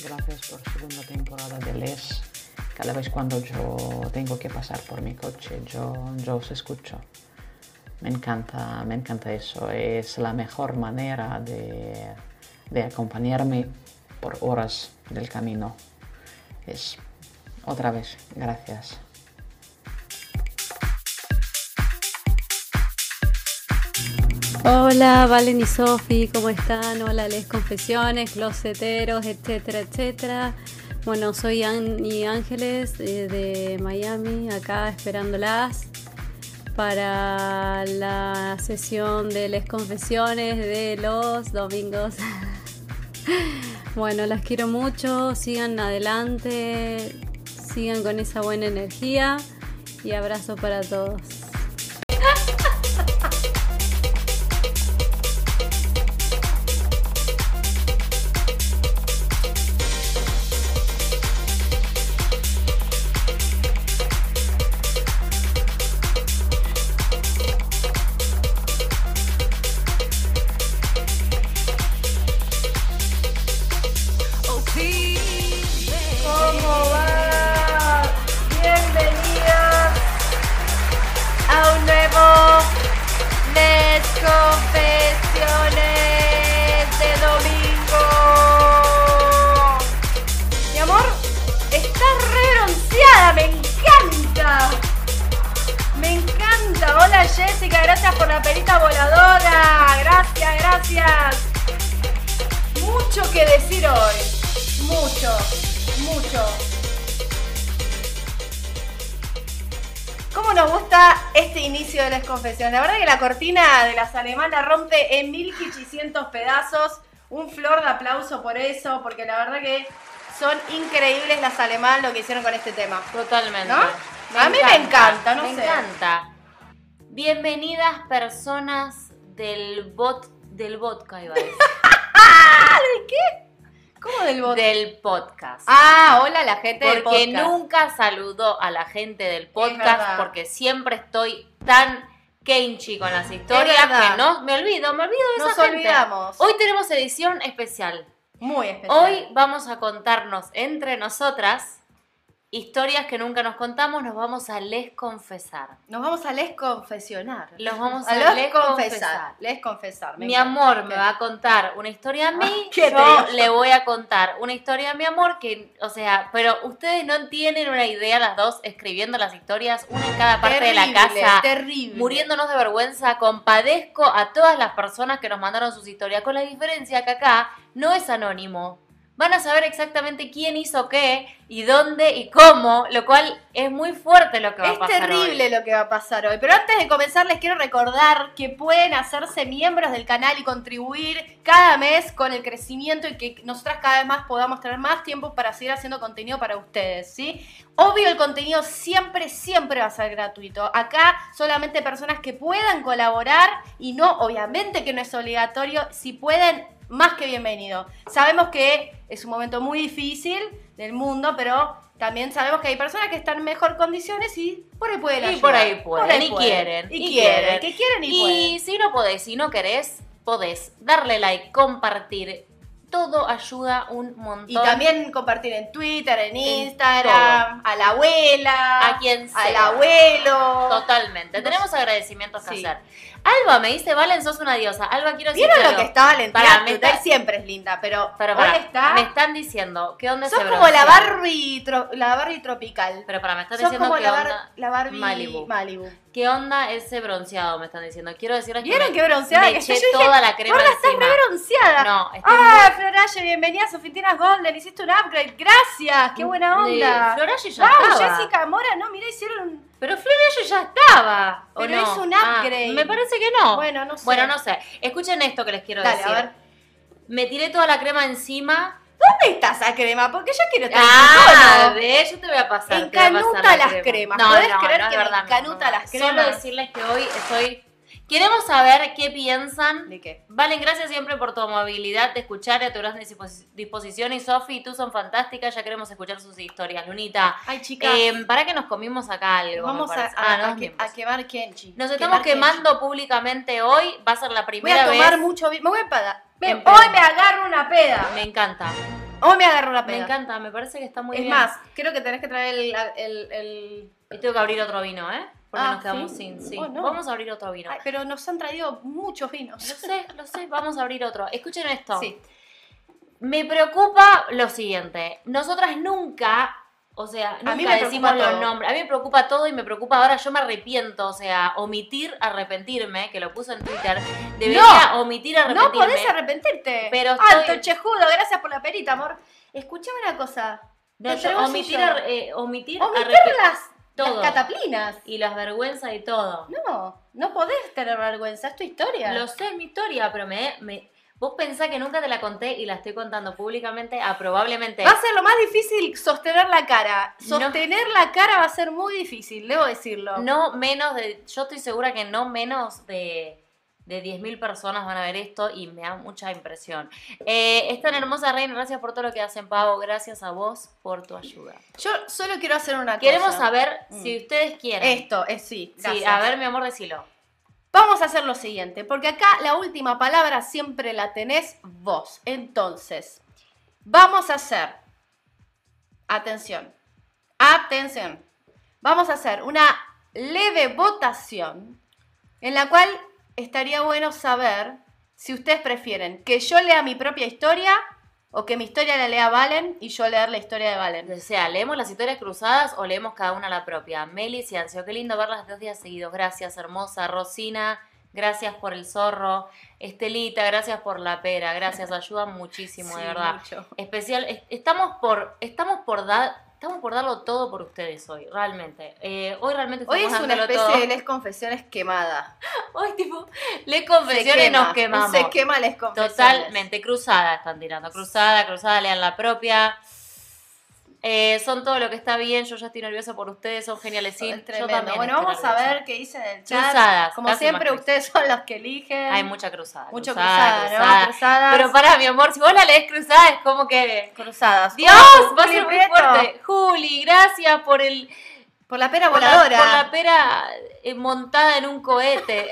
gracias por segunda temporada de Les. Cada vez cuando yo tengo que pasar por mi coche, yo os escucho. Me encanta eso. Es la mejor manera de acompañarme por horas del camino. Otra vez, gracias. Hola, Valen y Sofi, ¿cómo están? Hola, Les Confesiones, closeteros, etcétera, etcétera. Bueno, soy Ani Ángeles de Miami, acá esperándolas para la sesión de Les Confesiones de los domingos. Bueno, las quiero mucho, sigan adelante, sigan con esa buena energía y abrazo para todos. Jessica, gracias por la perita voladora. Gracias. Mucho que decir hoy. Mucho. ¿Cómo nos gusta este inicio de las confesiones? La verdad que la cortina de las alemanas rompe en 1800 pedazos. Un flor de aplauso por eso, porque la verdad que son increíbles las alemanas lo que hicieron con este tema. Totalmente. ¿No? A mí me encanta, no sé. Me encanta. Bienvenidas personas del vodka, iba a decir. ¿De qué? ¿Cómo del vodka? Del podcast. Hola la gente del podcast. Porque nunca saludo a la gente del podcast porque siempre estoy tan kenchi con las historias que no me olvido de esa gente. Nos olvidamos. Hoy tenemos edición especial. Muy especial. Hoy vamos a contarnos entre nosotras historias que nunca nos contamos, nos vamos a les confesar. Nos vamos a les confesionar. Los vamos a les confesar. Les confesar. Mi amor me va a contar una historia a mí, yo le voy a contar una historia a mi amor que, o sea, pero ustedes no tienen una idea las dos escribiendo las historias, una en cada parte de la casa. Terrible. Muriéndonos de vergüenza, compadezco a todas las personas que nos mandaron sus historias, con la diferencia que acá no es anónimo. Van a saber exactamente quién hizo qué y dónde y cómo, lo cual es muy fuerte lo que va a pasar hoy. Es terrible lo que va a pasar hoy. Pero antes de comenzar les quiero recordar que pueden hacerse miembros del canal y contribuir cada mes con el crecimiento y que nosotras cada vez más podamos tener más tiempo para seguir haciendo contenido para ustedes, ¿sí? Obvio, el contenido siempre va a ser gratuito. Acá solamente personas que puedan colaborar y no, obviamente que no es obligatorio. Si pueden, más que bienvenido. Sabemos que es un momento muy difícil del mundo, pero también sabemos que hay personas que están en mejor condiciones y por ahí pueden ayudar. Y por ahí pueden, y quieren. Y quieren, que quieren y pueden. Y si no podés, si no querés, podés darle like, compartir. Todo ayuda un montón. Y también compartir en Twitter, en Instagram, a la abuela, a quien sea, al abuelo. Totalmente. Tenemos agradecimientos que hacer. Alba me dice, Valen, sos una diosa. Alba, quiero decir. ¿Vieron lo que está Valentina? Él siempre es linda, pero hoy está. Me están diciendo, ¿qué onda sos ese como la Barbie tropical. Pero me están sos diciendo como qué la Barbie Malibu. ¿Qué onda ese bronceado? Me están diciendo. Quiero decirles que ¿Vieron qué bronceada me que eché toda la crema encima. estás re bronceada. No, Floralle, bienvenida a Sofitinas Golden. Hiciste un upgrade. Gracias, qué buena onda. Floralle ya estaba. Jessica Mora, no, mirá, hicieron. Pero Floralle ya estaba. Pero no? es un upgrade. Me parece que no. Bueno, no sé. Bueno, no sé. Escuchen esto que les quiero decir. A ver. Me tiré toda la crema encima. ¿Dónde está esa crema? Porque yo quiero estar yo te voy a pasar. Encanuta las cremas. ¿Podés creer que me encanuta las cremas? Solo decirles que hoy estoy... Queremos saber qué piensan. ¿De qué? Valen, gracias siempre por tu amabilidad de escuchar y a tu gran disposición. Y Sofi y tú son fantásticas. Ya queremos escuchar sus historias. Lunita. Ay, chicas. ¿Para que nos comimos acá algo? Vamos a quemar Kenchi. Nos estamos quemando públicamente hoy. Va a ser la primera vez. Voy a tomar mucho vino. Me voy a empedar. Hoy me agarro una peda. Me encanta. Hoy me agarró la Me pena. encanta, me parece que está muy bien. Es más, creo que tenés que traer el... Y tengo que abrir otro vino, ¿eh? Porque Ah, nos quedamos ¿sí? sin. Sí. Oh, no. Vamos a abrir otro vino. Ay, pero nos han traído muchos vinos. Lo sé, vamos a abrir otro. Escuchen esto. Sí. Me preocupa lo siguiente. Nosotras nunca, o sea, A mí nunca me decimos preocupa los todo. nombres. A mí me preocupa todo y me preocupa ahora. Yo me arrepiento, o sea, omitir arrepentirme, que lo puso en Twitter. Debería omitir No arrepentirme. podés arrepentirte. Pero Alto, estoy- chejudo, gracias por la perita, amor. Escuchame una cosa. No, Entre yo vos y omitir, yo. omitir Omitir las todo. cataplinas. Y las vergüenzas y todo. No podés tener vergüenza, es tu historia. Lo sé, es mi historia, pero vos pensás que nunca te la conté y la estoy contando públicamente probablemente. Va a ser lo más difícil sostener la cara. No. Sostener la cara va a ser muy difícil, debo decirlo. No menos de, yo estoy segura que no menos de 10.000 personas van a ver esto y me da mucha impresión. Es tan hermosa, Reina, gracias por todo lo que hacen, Pavo, gracias a vos por tu ayuda. Yo solo quiero hacer una Queremos cosa. saber si ustedes quieren. Esto, sí, Sí, gracias. a ver, mi amor, decilo. Vamos a hacer lo siguiente, porque acá la última palabra siempre la tenés vos. Entonces, vamos a hacer, atención, vamos a hacer una leve votación en la cual estaría bueno saber si ustedes prefieren que yo lea mi propia historia o que mi historia la lea Valen y yo leer la historia de Valen. O sea, ¿leemos las historias cruzadas o leemos cada una la propia? Meli Ciancio, qué lindo verlas 2 días seguidos. Gracias, hermosa. Rosina, gracias por el zorro. Estelita, gracias por la pera. Gracias, ayuda muchísimo, Sí, de verdad. mucho. Especial, estamos por darlo todo por ustedes hoy, realmente. Hoy realmente Hoy estamos es una dándolo especie todo. de Les Confesiones quemada. Hoy, tipo, les confesiones Se quema, nos quemamos. Se quema Les Confesiones. Totalmente, cruzada están tirando. Cruzada, lean la propia. Son todo lo que está bien. Yo ya estoy nerviosa por ustedes, son geniales. Sí, Es yo tremendo. también. Bueno, estoy vamos a nerviosa. ver qué dicen en el chat. Cruzadas, Como casi siempre, más ustedes son los que eligen. Hay mucha cruzada. Mucho cruzada. cruzada, ¿no? Cruzadas. Pero para mi amor, si vos la lees cruzada, es como que. Cruzadas. Dios, Hola, va a Juli ser muy Prieto. fuerte. Juli, gracias por el. Por la pera Por voladora. por la pera montada en un cohete.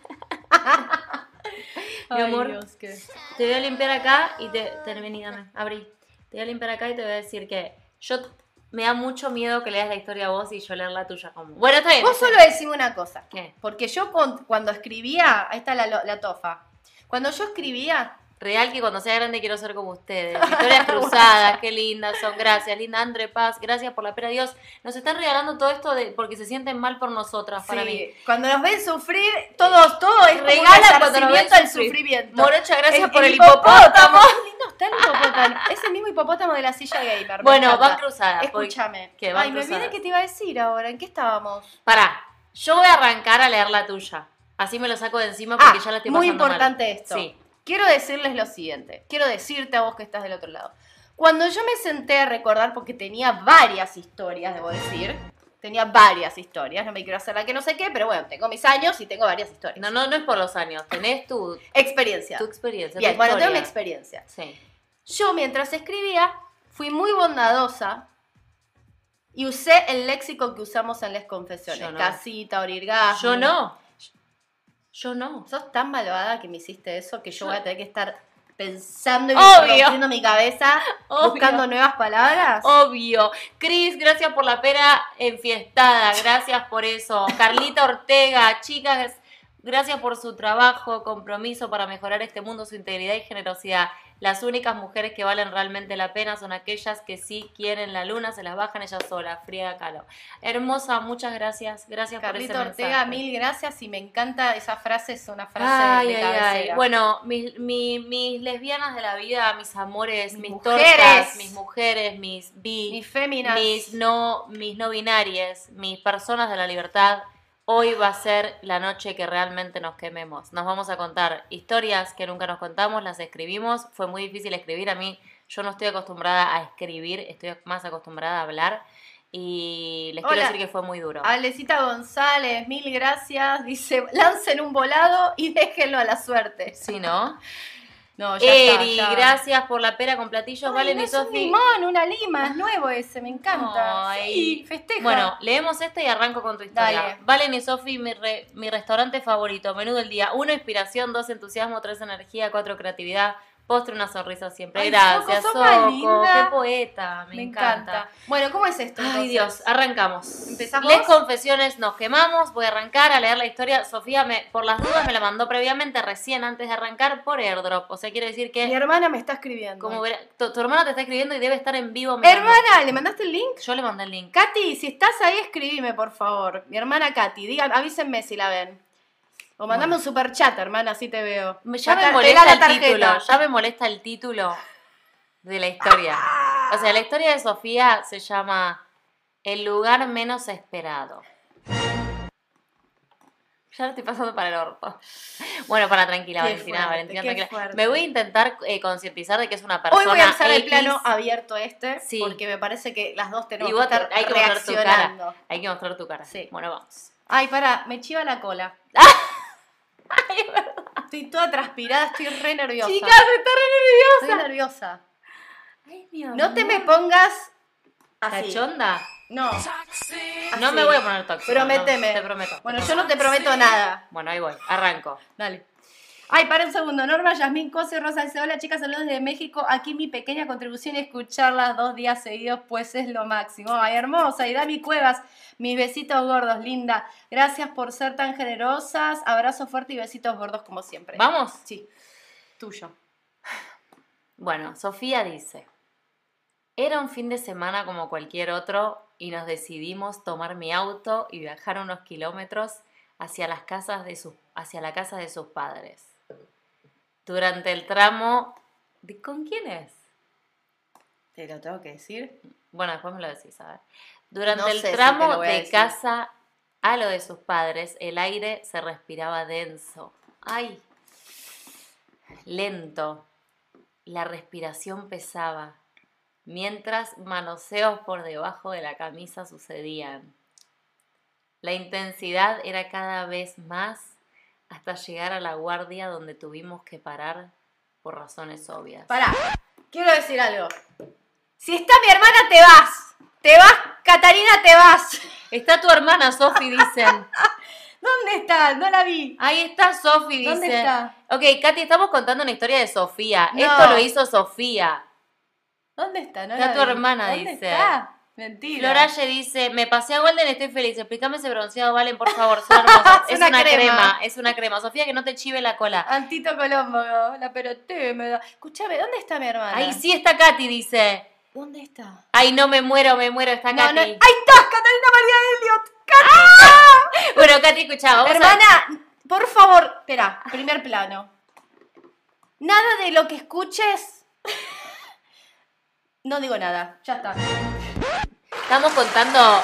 Mi amor, te voy a limpiar acá y vení, dame, abrí. Te voy a limpiar acá y te voy a decir que me da mucho miedo que leas la historia a vos y yo leer la tuya como. Bueno, está bien. Vos solo decime una cosa. ¿Qué? Porque yo cuando escribía, ahí está la tofa. Cuando yo escribía, Real que cuando sea grande quiero ser como ustedes. Historias cruzadas, qué lindas son. Gracias, linda Andre Paz. Gracias por la pera. Dios, nos están regalando todo esto porque se sienten mal por nosotras, para mí. cuando nos ven sufrir, todo es como un Regalan cuando nos ven resarcimiento al sufrir. sufrimiento. Morocha, gracias por el hipopótamo. Qué lindo está el hipopótamo. Es el mismo hipopótamo de la silla gamer. me Bueno, encanta. van cruzadas. Escúchame. ¿Qué? Van Ay, me olvidé cruzadas. que te iba a decir ahora. ¿En qué estábamos? Pará, yo voy a arrancar a leer la tuya. Así me lo saco de encima porque ya la estoy muy pasando importante mal. esto. Sí. Quiero decirles lo siguiente. Quiero decirte a vos que estás del otro lado. Cuando yo me senté a recordar, porque tenía varias historias, debo decir. Tenía varias historias. No me quiero hacer la que no sé qué, pero bueno, tengo mis años y tengo varias historias. No es por los años. Tenés tu Experiencia. experiencia. Bien, tu bueno, tengo historia. mi experiencia. Sí. Yo, mientras escribía, fui muy bondadosa y usé el léxico que usamos en las confesiones. Yo no. Casita, orirgasmo. Yo no. Sos tan malvada que me hiciste eso que yo voy a tener que estar pensando y Obvio. rompiendo mi cabeza, Obvio. buscando nuevas palabras. Obvio. Cris, gracias por la pera enfiestada. Gracias por eso. Carlita Ortega, chicas, gracias por su trabajo, compromiso para mejorar este mundo, su integridad y generosidad. Las únicas mujeres que valen realmente la pena son aquellas que sí quieren la luna, se las bajan ellas solas, friega calo. Hermosa, muchas gracias. Gracias Carlito por ese Ortega, mensaje. mil gracias y me encanta esa frase, es una frase de cabecera. Bueno, mis lesbianas de la vida, mis amores, mis mujeres. tortas, mis mujeres, mis bi, Mis féminas. mis no binarias, mis personas de la libertad. Hoy va a ser la noche que realmente nos quememos. Nos vamos a contar historias que nunca nos contamos, las escribimos. Fue muy difícil escribir a mí. Yo no estoy acostumbrada a escribir, estoy más acostumbrada a hablar. Y les quiero Hola. decir que fue muy duro. Alecita González, mil gracias. Dice, lancen un volado y déjenlo a la suerte. ¿Sí, no? No, ya Eri, está, ya. gracias por la pera con platillos. Ay, Valen no y es un Sofi. limón, una lima, es nuevo ese, me encanta. Ay. Sí, festeja. Bueno, leemos este y arranco con tu historia. Dale. Valen y Sofi, mi restaurante favorito. Menú del día. 1, inspiración. 2, entusiasmo. 3, energía. 4, creatividad. Postre, una sonrisa siempre. Ay, Gracias, Soco, sos más Soco. linda. Qué poeta, me encanta. Bueno, ¿cómo es esto? Ay, entonces? Dios, arrancamos. ¿Empezamos? Les confesiones, nos quemamos. Voy a arrancar a leer la historia. Sofía, por las dudas, me la mandó previamente, recién antes de arrancar, por airdrop. O sea, quiere decir que... Mi hermana me está escribiendo. Como tu hermana te está escribiendo y debe estar en vivo. Hermana, ¿le mandaste el link? Yo le mandé el link. Katy, si estás ahí, escribime, por favor. Mi hermana Katy, avísenme si la ven. O mandame un super chat, hermana, así te veo. Ya me Pegá molesta la el tarjeta. título. Ya me molesta el título de la historia. O sea, la historia de Sofía se llama El lugar menos esperado. Ya lo estoy pasando para el orto. Bueno, tranquila, Qué Valentina, fuerte, Valentina, qué tranquila. fuerte. Me voy a intentar concientizar de que es una persona Hoy voy a usar el X. plano abierto Sí. porque me parece que las dos tenemos Y que vos estar hay que mostrar tu reaccionando. cara. Hay que mostrar tu cara. Sí. Bueno, vamos. Ay, pará, me chiva la cola. Ay, verdad. Estoy toda transpirada, estoy re nerviosa. Chicas, está re Estoy nerviosa. Ay, mi amor. No te me pongas así. ¿Cachonda? No. No Así. me voy a poner tóxica. Prométeme. No, te prometo. Bueno, yo no te prometo nada. Bueno, ahí voy. Arranco. Dale. Ay, para un segundo. Norma, Yasmín Cose, Rosa dice, hola chicas, saludos desde México. Aquí mi pequeña contribución es escucharlas 2 días seguidos, pues es lo máximo. Ay, hermosa. Y Dami Cuevas, mis besitos gordos, linda. Gracias por ser tan generosas. Abrazo fuerte y besitos gordos como siempre. ¿Vamos? Sí. Tuyo. Bueno, Sofía dice, era un fin de semana como cualquier otro y nos decidimos tomar mi auto y viajar unos kilómetros hacia la casa de sus padres. Durante el tramo... ¿Con quién es? ¿Te lo tengo que decir? Bueno, después me lo decís, a ver. Durante No el sé si te tramo lo voy a de decir. casa a lo de sus padres, el aire se respiraba denso. ¡Ay! Lento. La respiración pesaba, mientras manoseos por debajo de la camisa sucedían. La intensidad era cada vez más hasta llegar a la guardia donde tuvimos que parar por razones obvias. Pará, quiero decir algo. Si está mi hermana, te vas. Te vas, Catarina, te vas. Está tu hermana, Sofi, dicen. ¿Dónde está? No la vi. Ahí está Sofi, dice. ¿Dónde está? Ok, Katy, estamos contando una historia de Sofía. No. Esto lo hizo Sofía. ¿Dónde está? No Está la tu vi. hermana, ¿Dónde dice. está? Mentira. Floralle dice, me pasé a Golden, estoy feliz. Explícame ese bronceado, Valen, por favor. Son hermosas. Es Es una una crema. crema. Es una crema. Sofía, que no te chive la cola. Antito Colombo, la peroté me da. Escúchame, ¿dónde está mi hermana? Ahí sí está Katy, dice. ¿Dónde está? Ay, no, me muero, está No, Katy. no. ¡Ahí está! ¡Catarina María Elliot! Bueno, Katy, escuchá, vamos a... Hermana, por favor, espera, primer plano. Nada de lo que escuches. No digo nada, ya está. Estamos contando...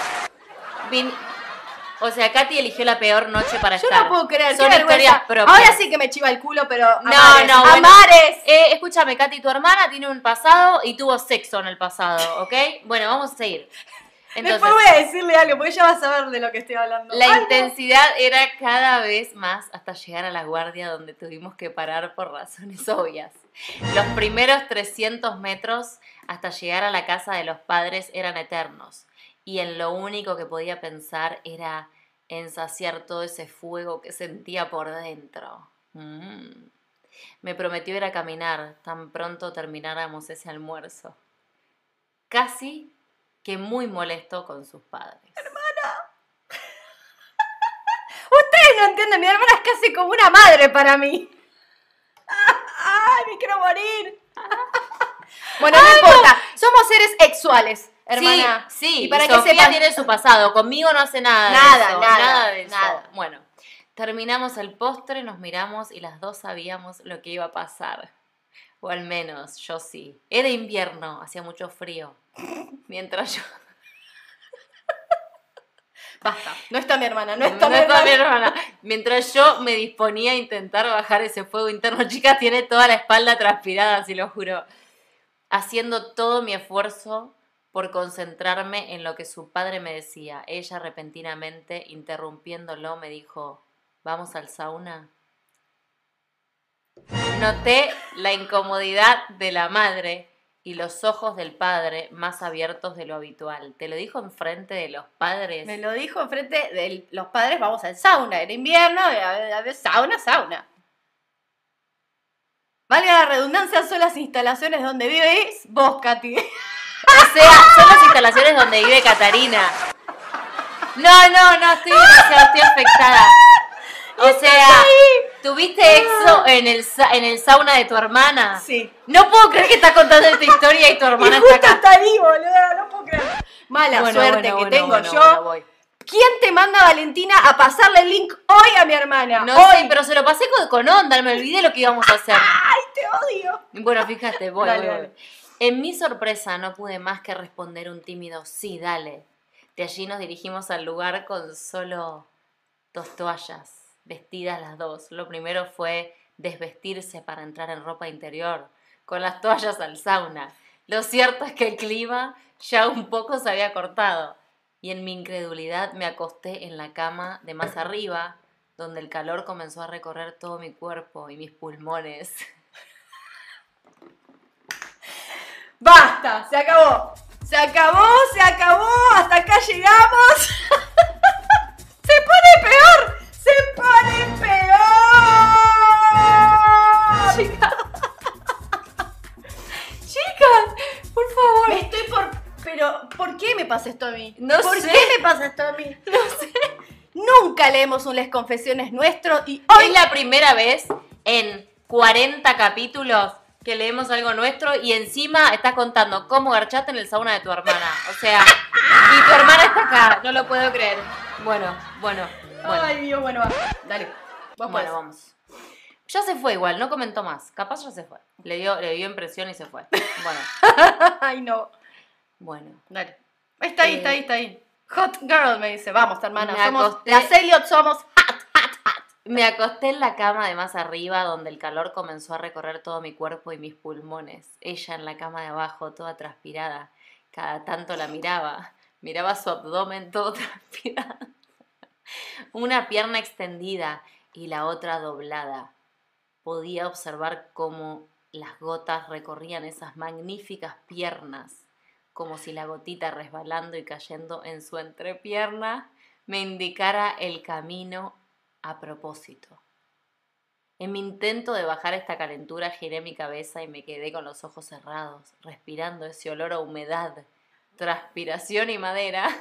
O sea, Katy eligió la peor noche para Yo estar. no puedo creer, Son qué historias vergüenza. propias. Ahora sí que me chiva el culo, pero No, amares, no, bueno. amares. Escúchame, Katy, tu hermana tiene un pasado y tuvo sexo en el pasado, ¿ok? Bueno, vamos a seguir. Entonces, Después voy a decirle algo, porque ella va a saber de lo que estoy hablando. la Ay, no. intensidad era cada vez más hasta llegar a la guardia donde tuvimos que parar por razones obvias. Los primeros 300 metros hasta llegar a la casa de los padres eran eternos y en lo único que podía pensar era en saciar todo ese fuego que sentía por dentro. Me prometió ir a caminar tan pronto termináramos ese almuerzo. Casi que muy molesto con sus padres. Ustedes no entienden, mi hermana es casi como una madre para mí. ¡Ay, me quiero morir! Bueno, no importa, somos seres sexuales, hermana. Sí, Y para que Sofía sepan... tiene su pasado. Conmigo no hace nada Nada, de eso. nada, de eso. nada. Bueno, terminamos el postre, nos miramos y las dos sabíamos lo que iba a pasar. O al menos yo sí. Era invierno, hacía mucho frío. Mientras yo... Basta, no está mi hermana, no No está mi está mi hermana. hermana. Mientras yo me disponía a intentar bajar ese fuego interno, chica, tiene toda la espalda transpirada, si lo juro. Haciendo todo mi esfuerzo por concentrarme en lo que su padre me decía. Ella repentinamente, interrumpiéndolo, me dijo, ¿vamos al sauna? Noté la incomodidad de la madre y los ojos del padre más abiertos de lo habitual. ¿Te lo dijo enfrente de los padres? Me lo dijo enfrente de los padres, vamos al sauna. Era invierno, a ver, sauna. Valga la redundancia, son las instalaciones donde vivís vos, Katy. O sea, son las instalaciones donde vive Catarina. No, estoy afectada. O sea, ¿tuviste exo en el sauna de tu hermana? Sí. No puedo creer que estás contando esta historia y tu hermana Y justo está acá. está ahí, boludo, no puedo creer. Mala suerte que tengo yo. Voy. ¿Quién te manda, Valentina, a pasarle el link hoy a mi hermana? No hoy. sé, pero se lo pasé con onda, me olvidé lo que íbamos a hacer. ¡Ay, te odio! Bueno, fíjate, voy. Dale. En mi sorpresa no pude más que responder un tímido sí, dale. De allí nos dirigimos al lugar con solo 2 toallas, vestidas las dos. Lo primero fue desvestirse para entrar en ropa interior, con las toallas al sauna. Lo cierto es que el clima ya un poco se había cortado, y en mi incredulidad me acosté en la cama de más arriba, donde el calor comenzó a recorrer todo mi cuerpo y mis pulmones. ¡Basta! ¡Se acabó! ¡Se acabó! ¡Se acabó! ¡Hasta acá llegamos! ¡Se pone peor! ¡Se pone peor! Chicas, por favor. Me estoy por... Pero, ¿por qué me pasa esto a mí? No ¿Por sé. qué me pasa esto a mí? No sé. Nunca leemos un Les Confesiones nuestro y hoy... Es la primera vez en 40 capítulos que leemos algo nuestro y encima estás contando cómo garchaste en el sauna de tu hermana. O sea, y tu hermana está acá. No lo puedo creer. Bueno. Ay, Dios, bueno, va. Dale. Vos podés. Bueno, vamos. Ya se fue igual, no comentó más. Capaz ya se fue. Le dio impresión y se fue. Bueno. Ay, no. Bueno. Dale. Está ahí, está ahí, está ahí. Hot girl, me dice. Vamos, hermana. Me Somos... acosté. Las Elliot somos hot. Me acosté en la cama de más arriba, donde el calor comenzó a recorrer todo mi cuerpo y mis pulmones. Ella en la cama de abajo, toda transpirada. Cada tanto la miraba. Miraba su abdomen todo transpirado. Una pierna extendida y la otra doblada. Podía observar cómo las gotas recorrían esas magníficas piernas, como si la gotita resbalando y cayendo en su entrepierna me indicara el camino a propósito. En mi intento de bajar esta calentura giré mi cabeza y me quedé con los ojos cerrados, respirando ese olor a humedad, transpiración y madera,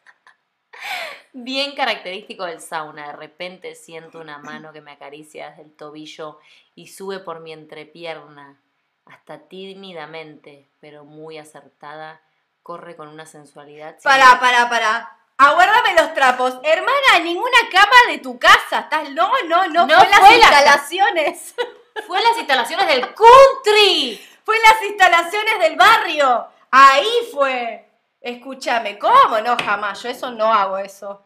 bien característico del sauna. De repente siento una mano que me acaricia desde el tobillo y sube por mi entrepierna, hasta tímidamente, pero muy acertada, corre con una sensualidad. Pará. Aguárdame los trapos. Hermana, ninguna cama de tu casa. ¿Estás? No. No fue las fue la- instalaciones. Fue en las instalaciones del country. Fue en las instalaciones del barrio. Ahí fue. Escúchame, ¿cómo? No, jamás. Yo eso no hago eso.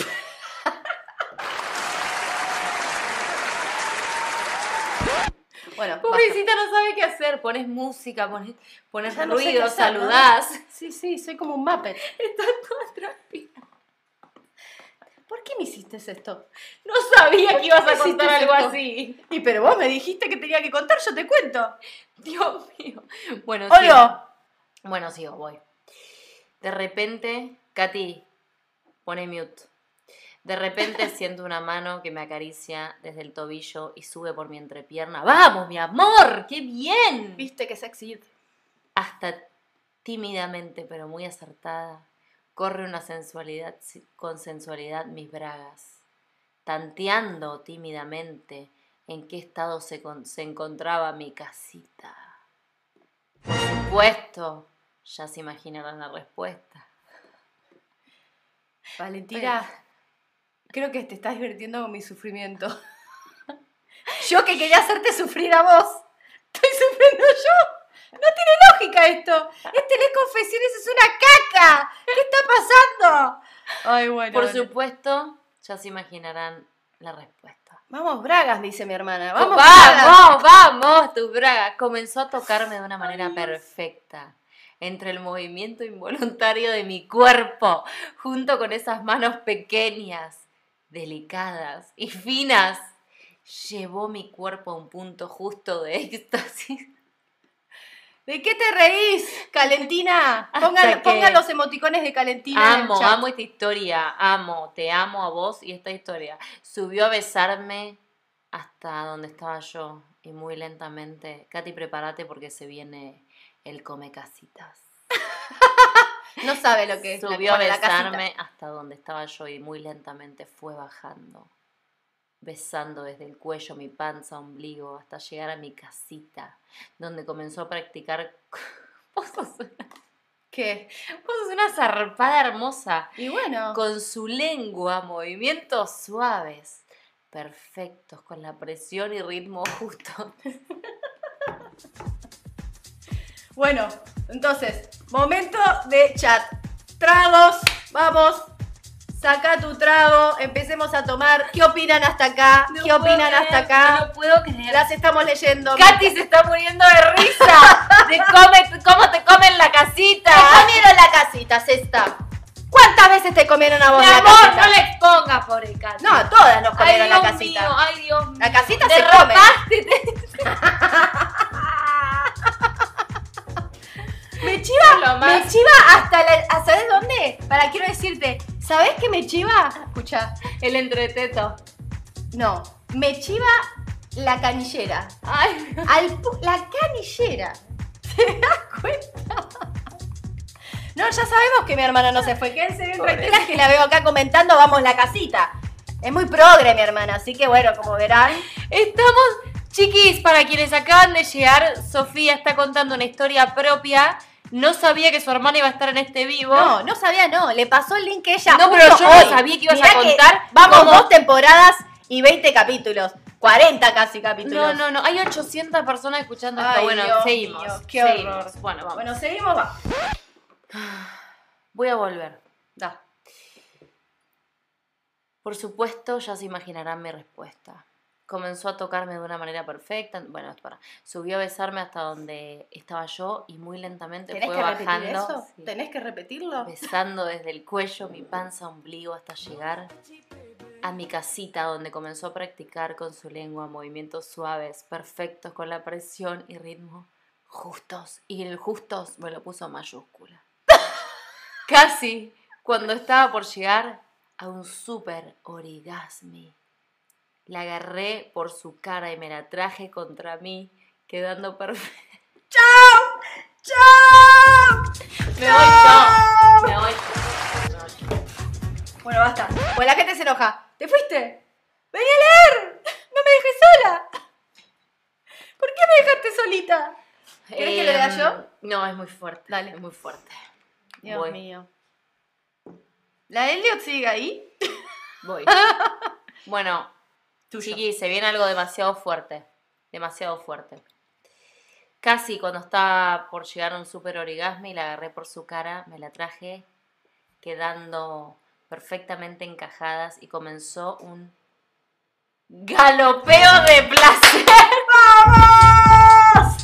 Bueno, Pobrecita, no sabe qué hacer. Pones música, pones Ya no sé qué ruido, hacer, ¿no? saludás. Sí, soy como un Muppet. Está toda transpirada. ¿Por qué me hiciste esto? No sabía ¿Por que ibas qué a hiciste contar algo esto? así. Y pero vos me dijiste que tenía que contar, yo te cuento. Dios mío. Bueno, ¿O sigo. no? Bueno, sigo, voy. De repente, Katy, pone mute. De repente siento una mano que me acaricia desde el tobillo y sube por mi entrepierna. ¡Vamos, mi amor! ¡Qué bien! Viste que sexy. Hasta tímidamente, pero muy acertada, corre una sensualidad con sensualidad mis bragas, tanteando tímidamente en qué estado se encontraba mi casita. Por supuesto, ya se imaginarán la respuesta. Valentina, creo que te estás divirtiendo con mi sufrimiento. Yo que quería hacerte sufrir a vos, estoy sufriendo yo. No tiene lógica esto. Este Les Confesiones es una caca. ¿Qué está pasando? Ay, bueno. Por vale. supuesto, ya se imaginarán la respuesta. Vamos, bragas, dice mi hermana. Vamos, bragas. Vamos, tu braga. Comenzó a tocarme de una manera perfecta, entre el movimiento involuntario de mi cuerpo, junto con esas manos pequeñas, delicadas y finas. Llevó mi cuerpo a un punto justo de éxtasis. ¿De qué te reís, Calentina? Hasta que- Pongan los emoticones de Calentina en el chat. Amo esta historia, te amo a vos y esta historia. Subió a besarme hasta donde estaba yo y muy lentamente, Katy, prepárate porque se viene el come casitas. No sabe lo que es Subió a la casita. besarme hasta donde estaba yo y muy lentamente fue bajando, besando desde el cuello, mi panza, ombligo, hasta llegar a mi casita, donde comenzó a practicar... Vos sos ¿Qué? una zarpada hermosa. Y bueno. Con su lengua, movimientos suaves, perfectos, con la presión y ritmo justo. Bueno, entonces, momento de chat. Tragos, vamos. Saca tu trago, empecemos a tomar. ¿Qué opinan hasta acá? ¿Qué opinan hasta acá? No puedo creer. Las estamos leyendo. Katy se está muriendo de risa de cómo te comen la casita. Te comieron la casita, Cesta. ¿Cuántas veces te comieron a vos Mi la amor, casita? no le expongas, pobre Katy. No, a todas nos comieron Ay, la Dios casita. mío, ay, Dios mío. La casita Te se come. Me Lo chiva, más. me chiva hasta la... ¿Sabes dónde? Quiero decirte, ¿sabes qué me chiva? Escucha, El entreteto. no, me chiva la canillera. Ay, La canillera. ¿Te das cuenta? No, ya sabemos que mi hermana no se fue. Quédense bien Pobre. tranquilas que la veo acá comentando, vamos la casita. Es muy progre mi hermana, así que bueno, como verán. estamos, chiquis, para quienes acaban de llegar, Sofía está contando una historia propia. No sabía que su hermana iba a estar en este vivo. No sabía, no. Le pasó el link ella. No, justo pero yo no hoy. sabía que ibas Mirá a contar Vamos cómo- 2 temporadas y 20 capítulos. 40 casi capítulos. No, hay 800 personas escuchando esto. Ay, Bueno, Dios seguimos. mío, qué seguimos. horror. Bueno, vamos. Bueno, seguimos, va. Voy a volver. Da. Por supuesto, ya se imaginarán mi respuesta. Comenzó a tocarme de una manera perfecta. Bueno, espera. Subió a besarme hasta donde estaba yo y muy lentamente ¿Tenés fue que repetir bajando. eso? Sí. ¿Tenés que repetirlo? Besando desde el cuello, mi panza, ombligo, hasta llegar a mi casita, donde comenzó a practicar con su lengua movimientos suaves, perfectos, con la presión y ritmo justos. Y el justos me lo puso en mayúscula. Casi cuando estaba por llegar a un super orgasmi. La agarré por su cara y me la traje contra mí, quedando perfecta. ¡Chao! Me voy yo. Me voy yo. Bueno, basta. Pues la gente se enoja. ¿Te fuiste? ¡Vení a leer! ¡No me dejes sola! ¿Por qué me dejaste solita? ¿Querés que le lea yo? No, es muy fuerte. Dale. Es muy fuerte. Dios Voy. mío. ¿La Elliot sigue ahí? Voy. Bueno, Tuyo. chiqui, se viene algo demasiado fuerte. Demasiado fuerte. Casi cuando estaba por llegar a un super orgasmo y la agarré por su cara, me la traje quedando perfectamente encajadas y comenzó un galopeo de placer. ¡Vamos!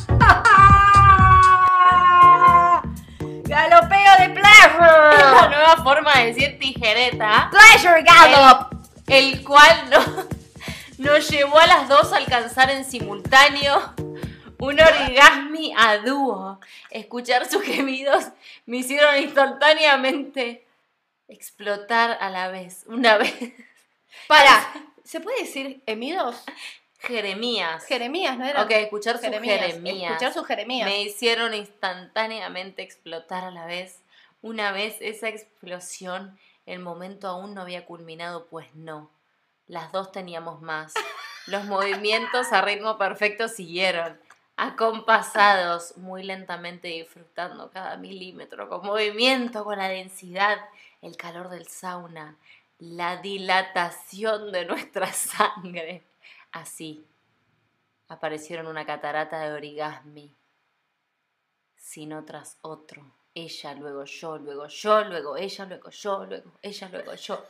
¡Galopeo de Es la pleasure! nueva forma de decir tijereta. ¡Pleasure gallop! El cual nos llevó a las dos a alcanzar en simultáneo un orgasmi a dúo. Escuchar sus gemidos me hicieron instantáneamente explotar a la vez. Una vez. Para, ¿se puede decir emidos? Jeremías. Jeremías, ¿no era? Ok, escuchar sus Jeremías. Escuchar sus Jeremías. Me hicieron instantáneamente explotar a la vez. Una vez esa explosión, el momento aún no había culminado, pues no. Las dos teníamos más. Los movimientos a ritmo perfecto siguieron, acompasados, muy lentamente disfrutando cada milímetro, con movimiento, con la densidad, el calor del sauna, la dilatación de nuestra sangre. Así, aparecieron una catarata de orgasmi, sino tras otro. Ella, luego yo, luego yo, luego ella, luego yo, luego ella, luego yo.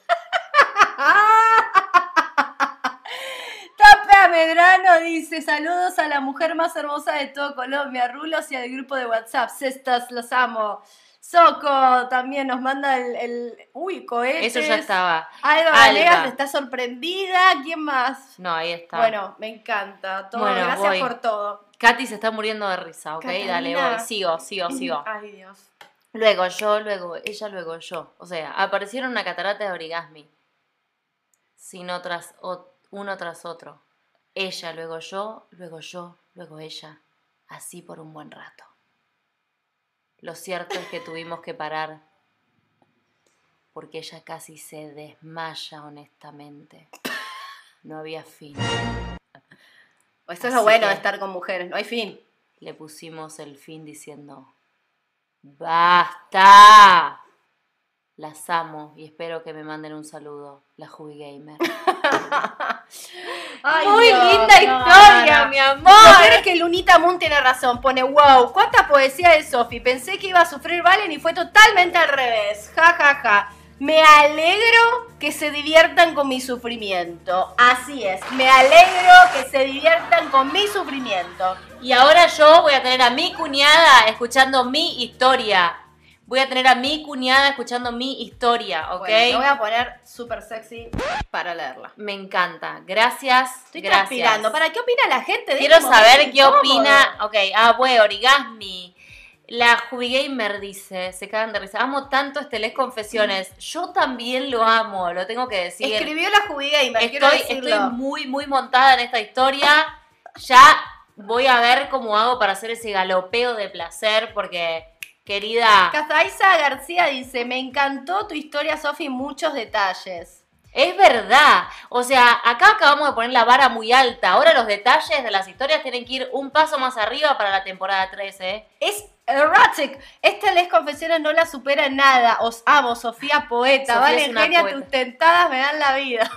Tapia Medrano dice: saludos a la mujer más hermosa de todo Colombia, Rulos, y al grupo de WhatsApp. Cestas, los amo. Soco también nos manda uy, cohetes. Eso ya estaba. Alba Alba. Vanegas está sorprendida. ¿Quién más? No, ahí está. Bueno, me encanta. Todo. Bueno, Gracias voy. por todo. Katy se está muriendo de risa, ¿ok? Catalina. Dale, voy. Sigo. Ay, Dios. Luego yo, luego ella, luego yo. O sea, aparecieron una catarata de orgasmi. Sino uno tras otro. Ella, luego yo, luego ella. Así por un buen rato. Lo cierto es que tuvimos que parar porque ella casi se desmaya honestamente. No había fin. Eso es lo Así bueno que- de estar con mujeres, no hay fin. Le pusimos el fin diciendo, ¡basta! Las amo y espero que me manden un saludo. La Jubi Gamer. Ay, Muy Dios, linda no, historia, no. mi Lo amor. peor es que Lunita Moon tiene razón. Pone, wow, cuánta poesía de Sofi. Pensé que iba a sufrir Valen y fue totalmente al revés. Ja, ja, ja. Me alegro que se diviertan con mi sufrimiento. Así es. Me alegro que se diviertan con mi sufrimiento. Y ahora yo voy a tener a mi cuñada escuchando mi historia. Voy a tener a mi cuñada escuchando mi historia, ¿ok? Bueno, me voy a poner súper sexy para leerla. Me encanta. Gracias. Estoy gracias. transpirando. ¿Para qué opina la gente de Quiero este momento saber qué incómodo? opina. Ok, bueno, Origasmi. La Jubi Gamer dice, se cagan de risa. Amo tanto este Les Confesiones. Yo también lo amo, lo tengo que decir. Escribió la Jubi Gamer, quiero decirlo. Estoy muy montada en esta historia. Ya voy a ver cómo hago para hacer ese galopeo de placer, porque, querida, Cazaisa García dice, me encantó tu historia, Sofi, muchos detalles. es verdad. O sea, acá acabamos de poner la vara muy alta. Ahora los detalles de las historias tienen que ir un paso más arriba para la temporada 3, ¿eh? Es erotic. Esta Les Confesiones no la supera en nada. Os amo, Sofía Poeta. Sofía Vale, es una genia, poeta. tus tentadas me dan la vida.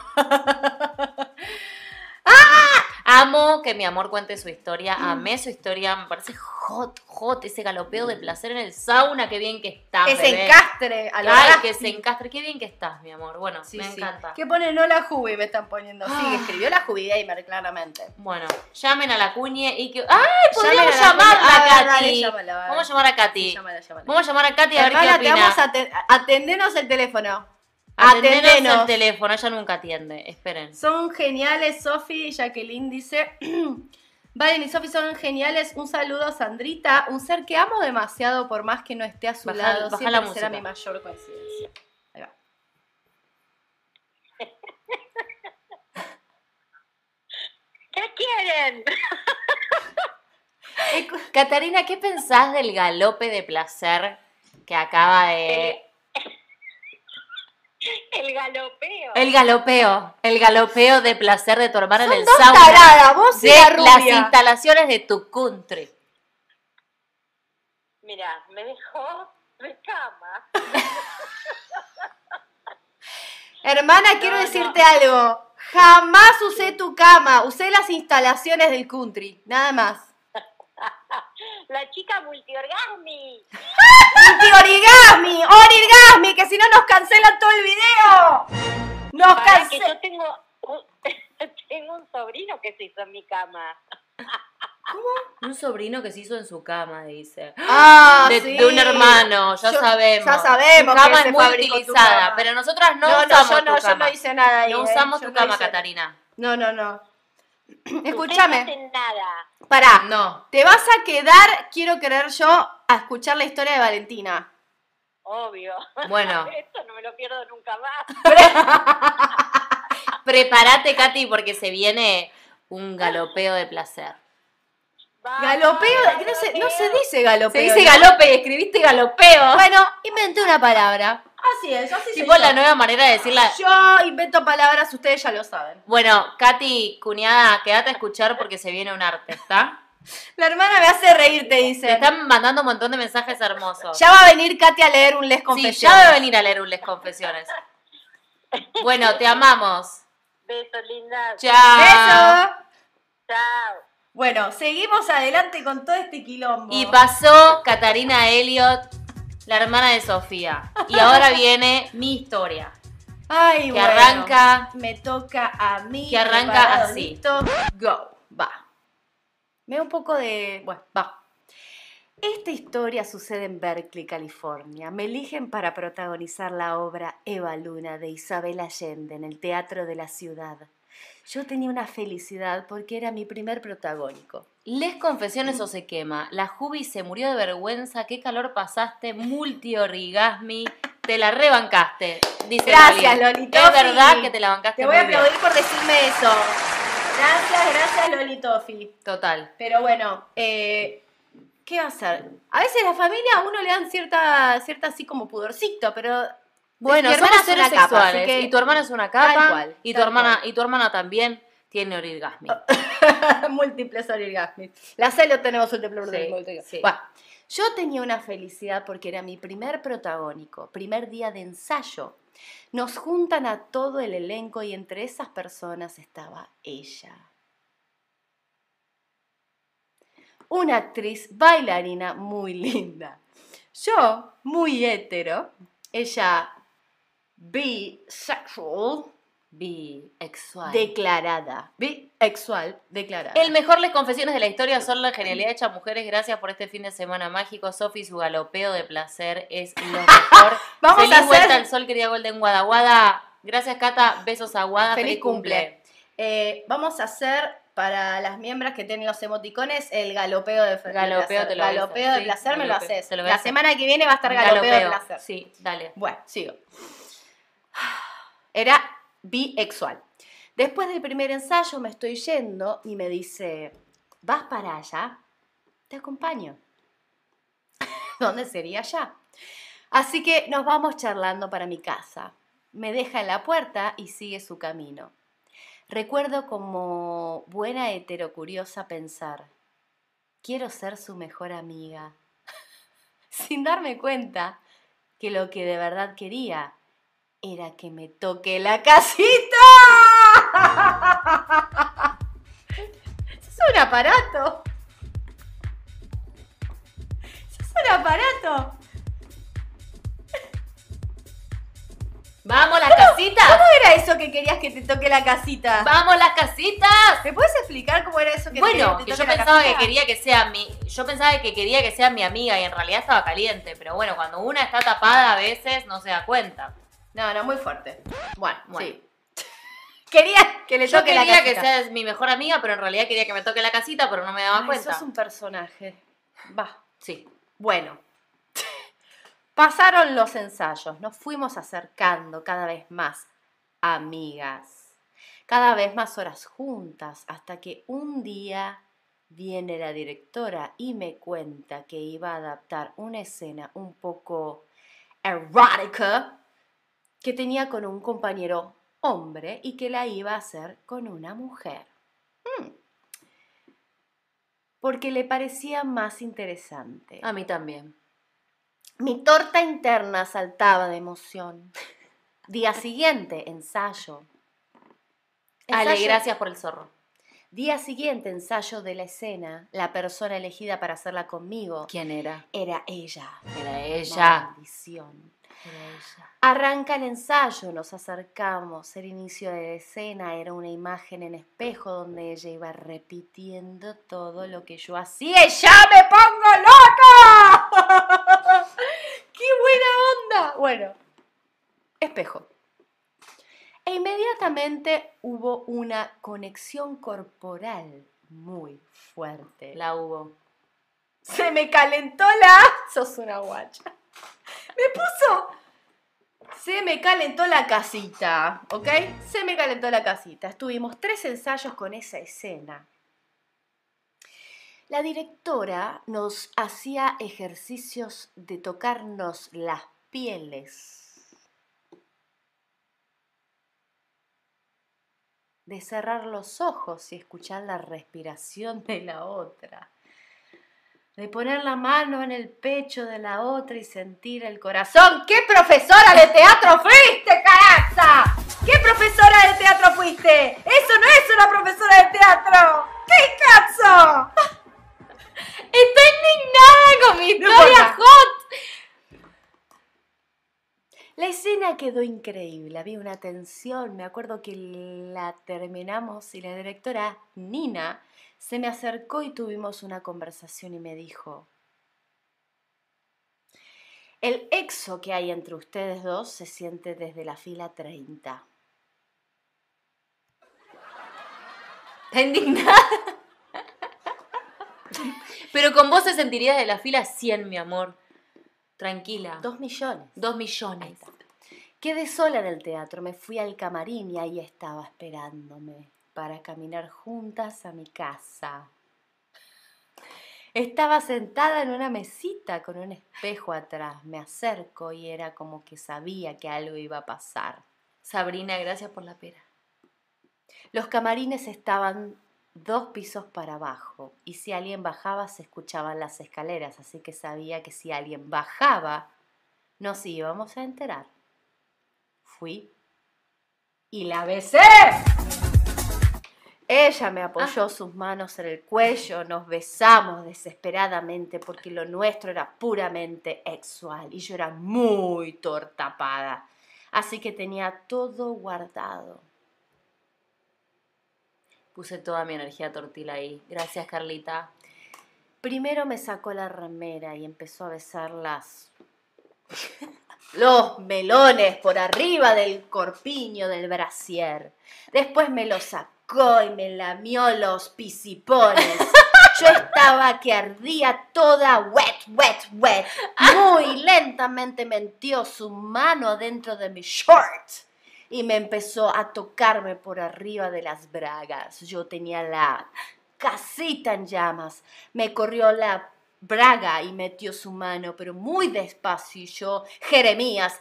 Amo que mi amor cuente su historia, amé su historia, me parece hot, ese galopeo de placer en el sauna, qué bien que estás, Ese bebé. encastre a lo Ay, Raspi. que se encastre, qué bien que estás, mi amor. Bueno, Sí, me sí. encanta. ¿Qué pone no la Jubi? Me están poniendo. Sí, Ah. escribió la Jubi Gamer, claramente. Bueno, llamen a la cuñe y que... ¡Ay! Podríamos Llamen a la llamarla, Cuñe. A ver, Katy. dale, llámala, a ver. Vamos a llamar a Katy. Sí, llámala, llámala. Vamos a llamar a Katy a ver Hermana, qué te opina. vamos a atendenos el teléfono. Atendenos el teléfono, ella nunca atiende. Esperen. Son geniales, Sofi. Jacqueline dice... Valen y Sofi son geniales. Un saludo a Sandrita, un ser que amo demasiado por más que no esté a su Baja- lado. baja Siempre la será música. mi mayor coincidencia. Ahí va. ¿Qué quieren? Catarina, ¿qué pensás del galope de placer que acaba de... El galopeo. El galopeo de placer de tu hermana en Son el dos sauna taradas, vos y de la las rubia. instalaciones de tu country. Mira, me dejó de cama. Hermana, quiero No, decirte algo. Jamás usé tu cama. Usé las instalaciones del country. Nada más. La chica multiorgasmi. ¡Origami! ¡Origami! Que si no nos cancelan todo el video. Nos Para que cancelan. yo tengo un sobrino que se hizo en mi cama. Un sobrino que se hizo en su cama, dice. Ah, de, sí. de un hermano, ya Yo- sabemos. Ya sabemos Tu cama que es se muy fabricó tu utilizada, cama. pero nosotras no, No, usamos yo tu no, yo cama. no hice nada ahí. No usamos Yo tu no cama, hice- Catarina. No. Ustedes no Escúchame. hacen nada. Pará. No. Te vas a quedar, quiero querer yo, a escuchar la historia de Valentina. Obvio. Bueno, Esto no me lo pierdo nunca más. prepárate, Katy, porque se viene un galopeo de placer. Galopeo, no se dice galopeo. Se dice ¿no? galope, escribiste galopeo. Bueno, inventé una palabra. Así es, así Tipo soy la yo. nueva manera de decirla. Yo invento palabras, ustedes ya lo saben. Bueno, Katy, cuñada, quédate a escuchar porque se viene un arte, ¿está? La hermana me hace reír, te Te dice. están mandando un montón de mensajes hermosos. Ya va a venir Katy a leer un Les Sí, Confesiones. ya va a venir a leer un Les Confesiones. Bueno, te amamos. Besos, lindas. Chao. ¡Beso! Chao. Bueno, seguimos adelante con todo este quilombo. Y pasó Catarina Elliot, la hermana de Sofía. Y ahora viene mi historia. Ay, que bueno, arranca- me toca a mí. que arranca preparado, así. ¿listo? Go, va. Me da un poco de... Bueno, va. Esta historia sucede en Berkeley, California. Me eligen para protagonizar la obra Eva Luna de Isabel Allende en el Teatro de la Ciudad. Yo tenía una felicidad porque era mi primer protagónico. Les Confesiones o se quema. La Jubi se murió de vergüenza. Qué calor pasaste. Multiorgasmi. Te la rebancaste. Dice Gracias, Loli. Lolito. Es verdad Sí. que te la bancaste Te voy a muy bien. aplaudir por decirme eso. Gracias Loli Tofi. Total. Pero bueno, ¿qué va a hacer? A veces la familia a uno le dan cierta así como pudorcito, pero Bueno, mi hermana somos es una seres capa, sexuales. así que- Y tu hermana es una capa. Tal cual, y, tu tal hermana, cual. y tu hermana también tiene orgasmo. múltiples orgasmos. La Celo tenemos múltiples Sí, orgasmos. sí. Bueno, yo tenía una felicidad porque era mi primer protagónico, primer día de ensayo. Nos juntan a todo el elenco y entre esas personas estaba ella. Una actriz bailarina muy linda. Yo, muy hétero, ella bisexual, Bisexual. declarada. Bisexual, declarada. El mejor Les Confesiones de la historia son la genialidad hecha mujeres. Gracias por este fin de semana mágico. Sofi, su galopeo de placer es lo mejor. Vamos Feliz a hacer- vuelta al sol, querida Golden Guada. Guada, gracias Cata. Besos a Guada. Feliz cumple. Vamos a hacer para las miembros que tienen los emoticones el galopeo de placer. Galopeo te lo voy a Galopeo hacer, de sí, placer me lo galopeo, haces. te lo voy a La hacer. semana que viene va a estar galopeo de placer. Sí, dale. Bueno, sigo. Era bisexual. Después del primer ensayo me estoy yendo y me dice, ¿vas para allá? Te acompaño. ¿Dónde sería allá? Así que nos vamos charlando para mi casa. Me deja en la puerta y sigue su camino. Recuerdo como buena heterocuriosa pensar, quiero ser su mejor amiga. Sin darme cuenta que lo que de verdad quería era que me toque la casita. Es un aparato. Es un aparato. ¡Vamos, las casitas! ¿Cómo era eso que querías que te toque la casita? ¡Vamos, las casitas! ¿Me puedes explicar cómo era eso que Bueno, te que yo toque la pensaba casita? que quería que sea yo pensaba que quería que sea mi amiga y en realidad estaba caliente, pero bueno, cuando una está tapada a veces no se da cuenta. No, muy fuerte. Bueno. Bueno. Sí. Quería que le Yo toque la quería casita. que sea mi mejor amiga, pero en realidad quería que me toque la casita, pero no me daba Ay, cuenta. sos un personaje. Va. Sí. Bueno. Pasaron los ensayos, nos fuimos acercando cada vez más amigas, cada vez más horas juntas, hasta que un día viene la directora y me cuenta que iba a adaptar una escena un poco erótica que tenía con un compañero hombre y que la iba a hacer con una mujer. Porque le parecía más interesante. A mí también. Mi torta interna saltaba de emoción. Día siguiente, ensayo. Ale, gracias por el zorro. Día siguiente, ensayo de la escena. La persona elegida para hacerla conmigo ¿Quién era? era ella. Era ella. Maldición. Era ella. Arranca el ensayo, nos acercamos. El inicio de la escena era una imagen en espejo donde ella iba repitiendo todo lo que yo hacía. ¡Y ya me pongo loca! ¡Qué buena onda! Bueno, espejo. E inmediatamente hubo una conexión corporal muy fuerte. La hubo. Se me calentó la... Sos una guacha. Se me calentó la casita, ¿ok? Se me calentó la casita. Estuvimos 3 ensayos con esa escena. La directora nos hacía ejercicios de tocarnos las pieles, de cerrar los ojos y escuchar la respiración de la otra, de poner la mano en el pecho de la otra y sentir el corazón. ¿Qué profesora de teatro fuiste, caraza? ¿Qué profesora de teatro fuiste? Eso no es una profesora de teatro. ¿Qué cazzo? ¡Estoy indignada con mi No historia importa. hot! La escena quedó increíble, había una tensión, me acuerdo que la terminamos y la directora Nina se me acercó y tuvimos una conversación y me dijo, el exo que hay entre ustedes dos se siente desde la fila 30. ¿Está indignada? Pero con vos se sentiría de la fila 100, mi amor. Tranquila. 2 millones. 2 Ahí millones. está. Quedé sola en el teatro, me fui al camarín y ahí estaba esperándome para caminar juntas a mi casa. Estaba sentada en una mesita con un espejo atrás. Me acerco y era como que sabía que algo iba a pasar. Sabrina, gracias por la pera. Los camarines estaban 2 pisos para abajo y si alguien bajaba se escuchaban las escaleras, así que sabía que si alguien bajaba nos íbamos a enterar. Fui y la besé. Ella me apoyó sus manos en el cuello, nos besamos desesperadamente porque lo nuestro era puramente sexual y yo era muy tortapada, así que tenía todo guardado. Puse toda mi energía tortila ahí. Gracias, Carlita. Primero me sacó la remera y empezó a besar los melones por arriba del corpiño del brasier. Después me lo sacó y me lamió los pisipones. Yo estaba que ardía toda wet. Muy lentamente metió su mano adentro de mi short y me empezó a tocarme por arriba de las bragas. Yo tenía la casita en llamas. Me corrió la braga y metió su mano, pero muy despacio, y yo, Jeremías.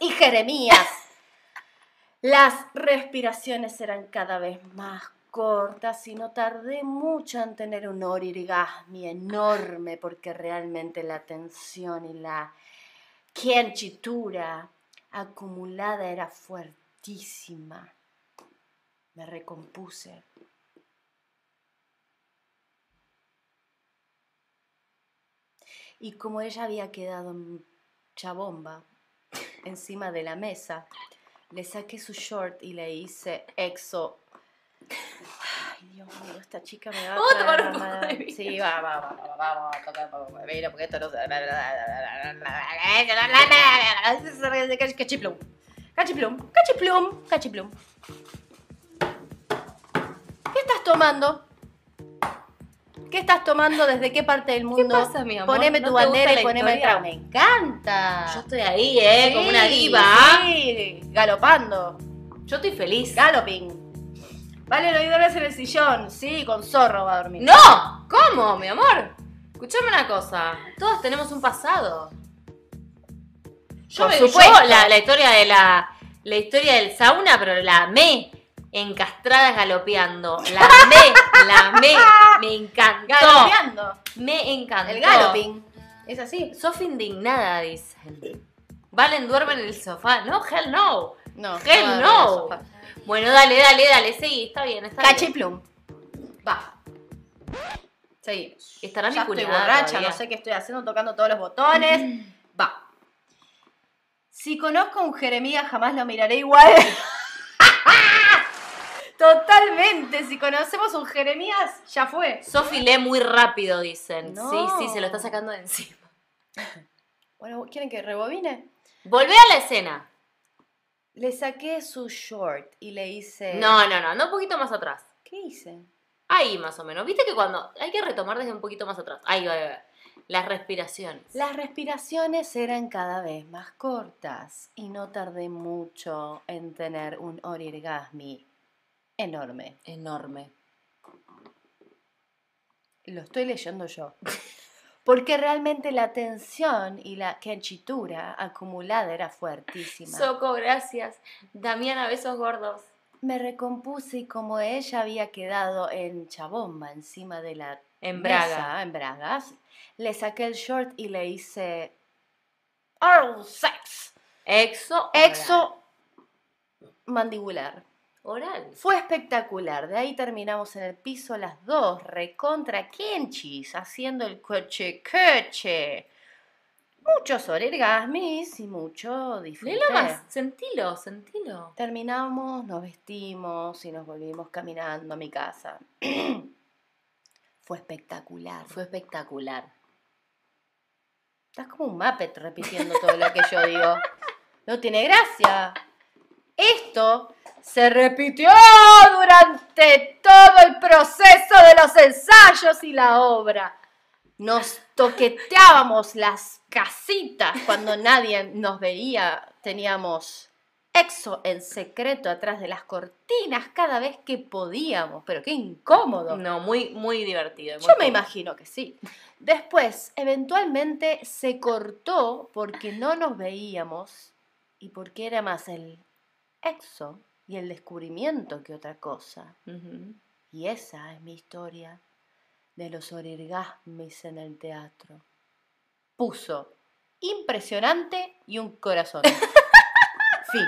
Las respiraciones eran cada vez más cortas y no tardé mucho en tener un orgasmo enorme porque realmente la tensión y la quenchitura acumulada era fuertísima. Me recompuse. Y como ella había quedado chabomba encima de la mesa, le saqué su short y le hice exo. Ay, Dios mío, esta chica me va a Vamos a tomar traer un poco mamada. de vino. Sí, vamos a tocar un poco de vino porque esto no se... Cachiplum. ¿Qué estás tomando? ¿Qué estás tomando? ¿Desde qué parte del mundo? ¿Qué pasa, mi amor? Poneme ¿No tu te bandera gusta y la poneme el historia? trago. ¡Me encanta! Yo estoy ahí, Sí, como una diva. Sí, galopando. Yo estoy feliz. Galloping. Vale, lo duermes en el sillón. Sí, con zorro va a dormir. ¡No! ¿Cómo, mi amor? Escuchame una cosa. Todos tenemos un pasado. Por supuesto. La historia de la historia del sauna, pero la amé encastrada galopeando. La amé. Me encantó. Galopeando. Me encantó. El galloping. Es así. Sofi indignada, dicen. Valen duerme en el sofá. No, hell no. No. Hell no. Bueno, dale. Sí, está bien. Cachiplum. Va. Seguimos. Estará mi Ya estoy cuñada borracha, todavía. no sé qué estoy haciendo, tocando todos los botones. Va. Si conozco a un Jeremías, jamás lo miraré igual. Totalmente. Si conocemos a un Jeremías, ya fue. Sofi lee muy rápido, dicen. No. Sí, se lo está sacando de encima. Bueno, ¿quieren que rebobine? Volvé a la escena. Le saqué su short y le hice... No, un poquito más atrás. ¿Qué hice? Ahí más o menos. Viste que cuando hay que retomar desde un poquito más atrás. Ahí va. Las respiraciones. Las respiraciones eran cada vez más cortas y no tardé mucho en tener un orgasmo enorme. Enorme. Lo estoy leyendo yo. Porque realmente la tensión y la quenchitura acumulada era fuertísima. Soco, gracias. Damiana, besos gordos. Me recompuse y como ella había quedado en chabomba encima de la En mesa, braga. en bragas, le saqué el short y le hice oral sex. Exo mandibular. Oral. Fue espectacular. De ahí terminamos en el piso las dos, recontra kenchis, haciendo el coche. Muchos orgasmis y mucho disfrute. Léelo más. Sentilo. Terminamos, nos vestimos y nos volvimos caminando a mi casa. Fue espectacular. Fue espectacular. Estás como un Muppet repitiendo todo lo que yo digo. No tiene gracia. Esto se repitió durante todo el proceso de los ensayos y la obra. Nos toqueteábamos las casitas cuando nadie nos veía. Teníamos sexo en secreto atrás de las cortinas cada vez que podíamos. Pero qué incómodo. No, muy, muy divertido. muy Yo me cómodo. imagino que sí. Después, eventualmente se cortó porque no nos veíamos y porque era más el exo y el descubrimiento que otra cosa. Ujú. Y esa es mi historia de los orgasmis en el teatro. Puso impresionante y un corazón. Fin.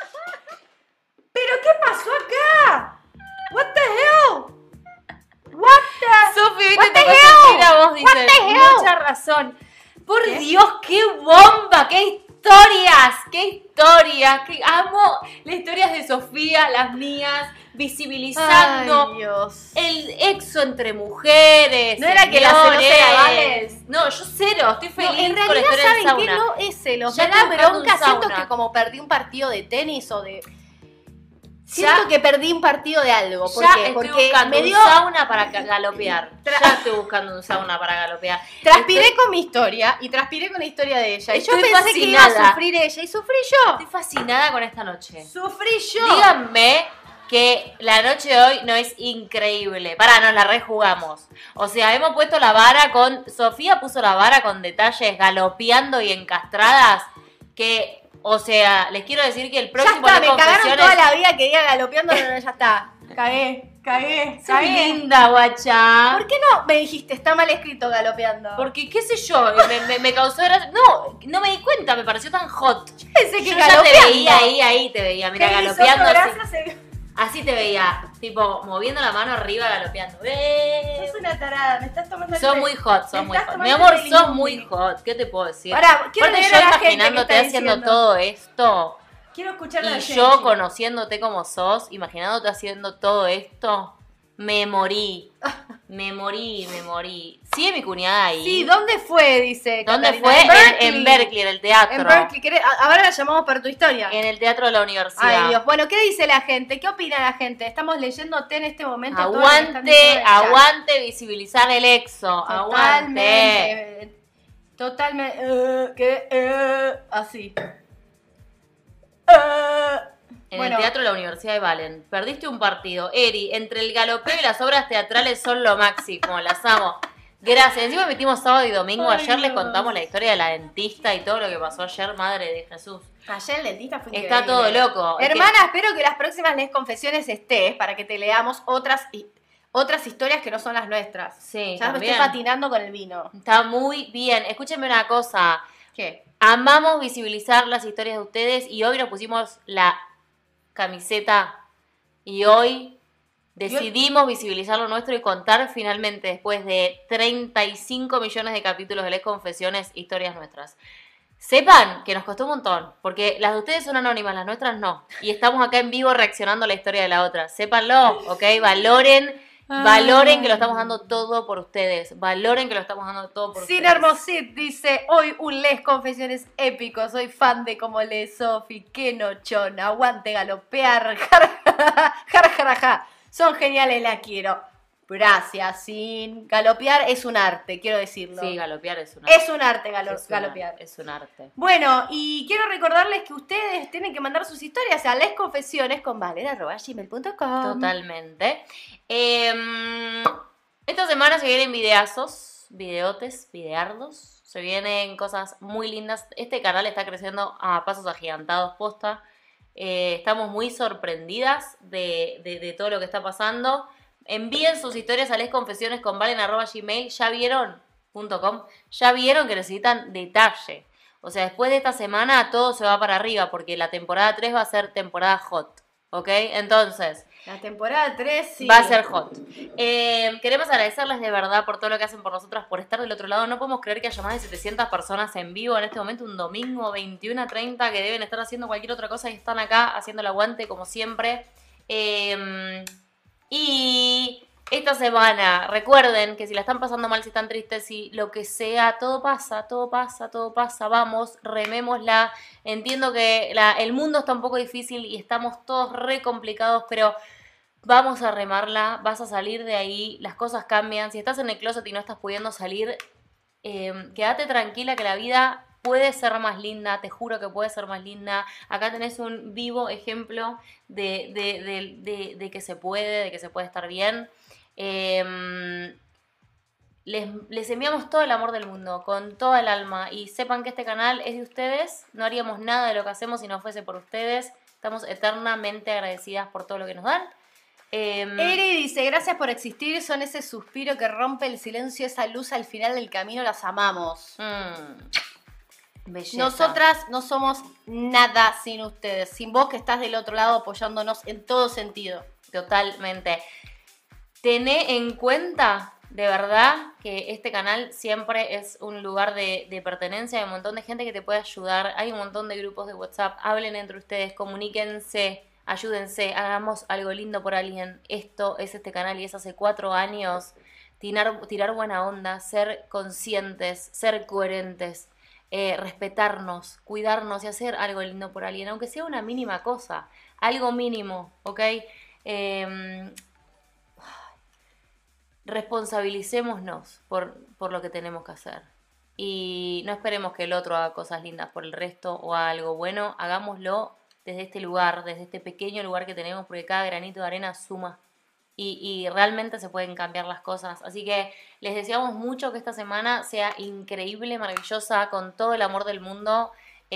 ¿Pero qué pasó acá? What the hell? What the... Sofi, What ¿viste the tu hell? cocina? Vos dices, What the hell? mucha razón. Por ¿Qué? Dios, qué bomba, qué historias, qué historias, que amo las historias de Sofía, las mías, visibilizando Ay, Dios. el exo entre mujeres. ¿No era que la celosa señores. era Valen? No, yo cero, estoy No, feliz en con la realidad, historia del ¿saben qué? sauna. No es celos. Ya Me da estoy buscando bronca. un Siento sauna. que como perdí un partido de tenis o de... Siento que perdí un partido de algo. ¿Por Ya qué? estoy Porque buscando me dio... un sauna para galopear. Ya estoy buscando un sauna para galopear. Transpiré Estoy- con mi historia y transpiré con la historia de ella. Y yo Estoy pensé que iba a fascinada. sufrir ella y sufrí yo. Estoy fascinada con esta noche. Sufrí yo. Díganme que la noche de hoy no es increíble. Pará, nos la rejugamos. O sea, hemos puesto la vara con... Sofía puso la vara con detalles galopeando y encastradas que... O sea, les quiero decir que el Ya próximo está, de me cagaron confesiones... toda la vida que iba galopeando, pero ya está. Cagué. Sos linda, guacha. ¿Por qué no me dijiste, está mal escrito galopeando? Porque, qué sé yo, me causó gracia. No me di cuenta, me pareció tan hot. Pensé que Yo ya te galopeando. veía ahí te veía, mira, ¿Qué hizo? galopeando así. Gracias, se- Así te veía, tipo, moviendo la mano arriba, galopeando. Sos una tarada, me estás tomando el Sos pelo. muy hot, sos Me muy estás hot. Mi tomando amor, el sos pelo. muy hot, ¿qué te puedo decir? Pará, quiero Aparte leer yo a la gente que imaginándote está haciendo diciendo. todo esto Quiero escuchar a la y gente. yo conociéndote como sos, imaginándote haciendo todo esto, me morí. Sigue mi cuñada ahí. Sí, ¿dónde fue? Dice ¿Dónde Catalina. fue? En Berkeley, en el teatro. En Berkeley. Ahora la llamamos para tu historia. En el teatro de la universidad. Ay, Dios. Bueno, ¿qué dice la gente? ¿Qué opina la gente? Estamos leyéndote en este momento. todo lo que están diciendo en el chat. Aguante visibilizar el exo. Aguante. Totalmente. Así. En Bueno. el teatro de la Universidad de Valen. Perdiste un partido. Eri, entre el galopeo y las obras teatrales son lo máximo. Las amo. Gracias. Encima metimos sábado y domingo. Ay, Ayer les Dios. contamos la historia de la dentista y todo lo que pasó ayer, madre de Jesús. Ayer el dentista fue Está increíble. todo loco. Es que- Hermana, espero que las próximas Les Confesiones estés para que te leamos otras historias que no son las nuestras. Sí, Ya me también. estoy patinando con el vino. Está muy bien. Escúchenme una cosa. ¿Qué? Amamos visibilizar las historias de ustedes y hoy nos pusimos la camiseta y hoy decidimos visibilizar lo nuestro y contar finalmente, después de 35 millones de capítulos de Les Confesiones, historias nuestras. Sepan que nos costó un montón, porque las de ustedes son anónimas, las nuestras no. Y estamos acá en vivo reaccionando a la historia de la otra. Sépanlo, ¿ok? Valoren que lo estamos dando todo por ustedes. Valoren que lo estamos dando todo por Sin ustedes. Hermosit dice, hoy un Les Confesiones épico, soy fan de como lee Sofi, qué nochón, aguante galopear, jar. Son geniales, la quiero. Gracias, Sin. Galopear es un arte, quiero decirlo. Sí, galopear es un arte. Es un arte galopear. Es un arte. Bueno, y quiero recordarles que ustedes tienen que mandar sus historias a lesconfesiones@gmail.com. Totalmente. Esta semana se vienen videazos, videotes, videardos. Se vienen cosas muy lindas. Este canal está creciendo a pasos agigantados, posta. Estamos muy sorprendidas de todo lo que está pasando. Envíen sus historias a lesconfesionesconvalen@gmail. ¿Ya vieron.com? Ya vieron que necesitan detalle. O sea, después de esta semana todo se va para arriba porque la temporada 3 va a ser temporada hot. ¿Ok? Entonces, La temporada 3 sí. va a ser hot. Queremos agradecerles de verdad por todo lo que hacen por nosotras, por estar del otro lado. No podemos creer que haya más de 700 personas en vivo en este momento, un domingo 21:30, que deben estar haciendo cualquier otra cosa y están acá haciendo el aguante como siempre. Y esta semana, recuerden que si la están pasando mal, si están tristes, si lo que sea, todo pasa, vamos, remémosla. Entiendo que el mundo está un poco difícil y estamos todos re complicados, pero vamos a remarla, vas a salir de ahí, las cosas cambian. Si estás en el closet y no estás pudiendo salir, quédate tranquila que la vida puede ser más linda, te juro que puede ser más linda. Acá tenés un vivo ejemplo de que se puede, de que se puede estar bien. Les enviamos todo el amor del mundo, con toda el alma, y sepan que este canal es de ustedes, no haríamos nada de lo que hacemos si no fuese por ustedes, estamos eternamente agradecidas por todo lo que nos dan. Eri dice, gracias por existir, son ese suspiro que rompe el silencio, esa luz al final del camino, las amamos. Belleza. Nosotras no somos nada sin ustedes, sin vos que estás del otro lado apoyándonos en todo sentido. Totalmente. Tené en cuenta, de verdad, que este canal siempre es un lugar de pertenencia. Hay un montón de gente que te puede ayudar. Hay un montón de grupos de WhatsApp. Hablen entre ustedes, comuníquense, ayúdense, hagamos algo lindo por alguien. Esto es este canal y es hace 4 años. Tirar buena onda, ser conscientes, ser coherentes, respetarnos, cuidarnos y hacer algo lindo por alguien, aunque sea una mínima cosa. Algo mínimo, ¿ok? Responsabilicémonos por lo que tenemos que hacer. Y no esperemos que el otro haga cosas lindas por el resto o haga algo bueno. Hagámoslo desde este lugar, desde este pequeño lugar que tenemos, porque cada granito de arena suma. Y realmente se pueden cambiar las cosas. Así que les deseamos mucho que esta semana sea increíble, maravillosa, con todo el amor del mundo.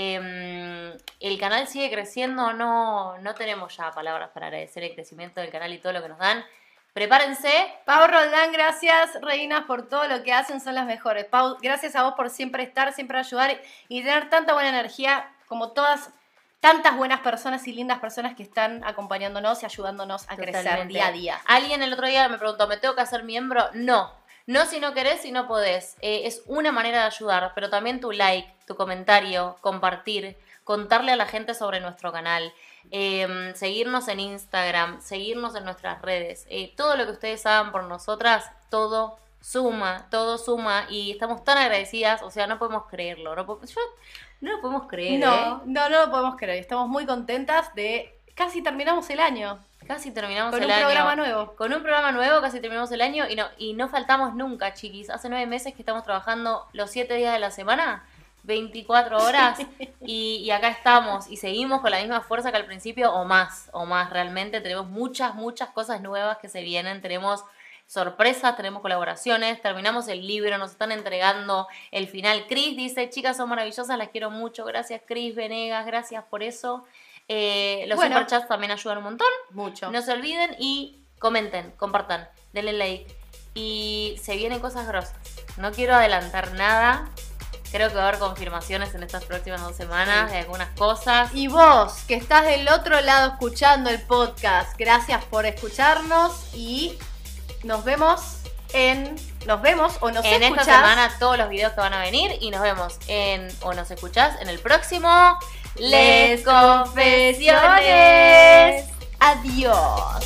El canal sigue creciendo. No tenemos ya palabras para agradecer el crecimiento del canal y todo lo que nos dan. Prepárense. Pau Roldán, gracias, reinas, por todo lo que hacen, son las mejores. Pau, gracias a vos por siempre estar, siempre ayudar y tener tanta buena energía como todas, tantas buenas personas y lindas personas que están acompañándonos y ayudándonos a crecer día a día. Alguien el otro día me preguntó, ¿me tengo que hacer miembro? No si no querés, si no podés. Es una manera de ayudar, pero también tu like, tu comentario, compartir, contarle a la gente sobre nuestro canal. Seguirnos en Instagram, seguirnos en nuestras redes, todo lo que ustedes hagan por nosotras, todo suma y estamos tan agradecidas, o sea, no podemos creerlo, no lo podemos creer. No lo podemos creer, estamos muy contentas de casi terminamos el año. Casi terminamos con el un año. Programa nuevo. Con un programa nuevo, casi terminamos el año y no faltamos nunca, chiquis. Hace 9 meses que estamos trabajando los 7 días de la semana. 24 horas y acá estamos y seguimos con la misma fuerza que al principio o más realmente. Tenemos muchas cosas nuevas que se vienen, tenemos sorpresas, tenemos colaboraciones, terminamos el libro, nos están entregando el final. Cris dice, chicas son maravillosas, las quiero mucho, gracias Cris Venegas, gracias por eso. Los superchats también ayudan un montón. Mucho. No se olviden y comenten, compartan, denle like y se vienen cosas grosas. No quiero adelantar nada. Creo que va a haber confirmaciones en estas próximas 2 semanas de algunas cosas. Y vos, que estás del otro lado escuchando el podcast, gracias por escucharnos y nos vemos en esta semana todos los videos que van a venir y nos vemos o nos escuchás en el próximo Les Confesiones. Adiós.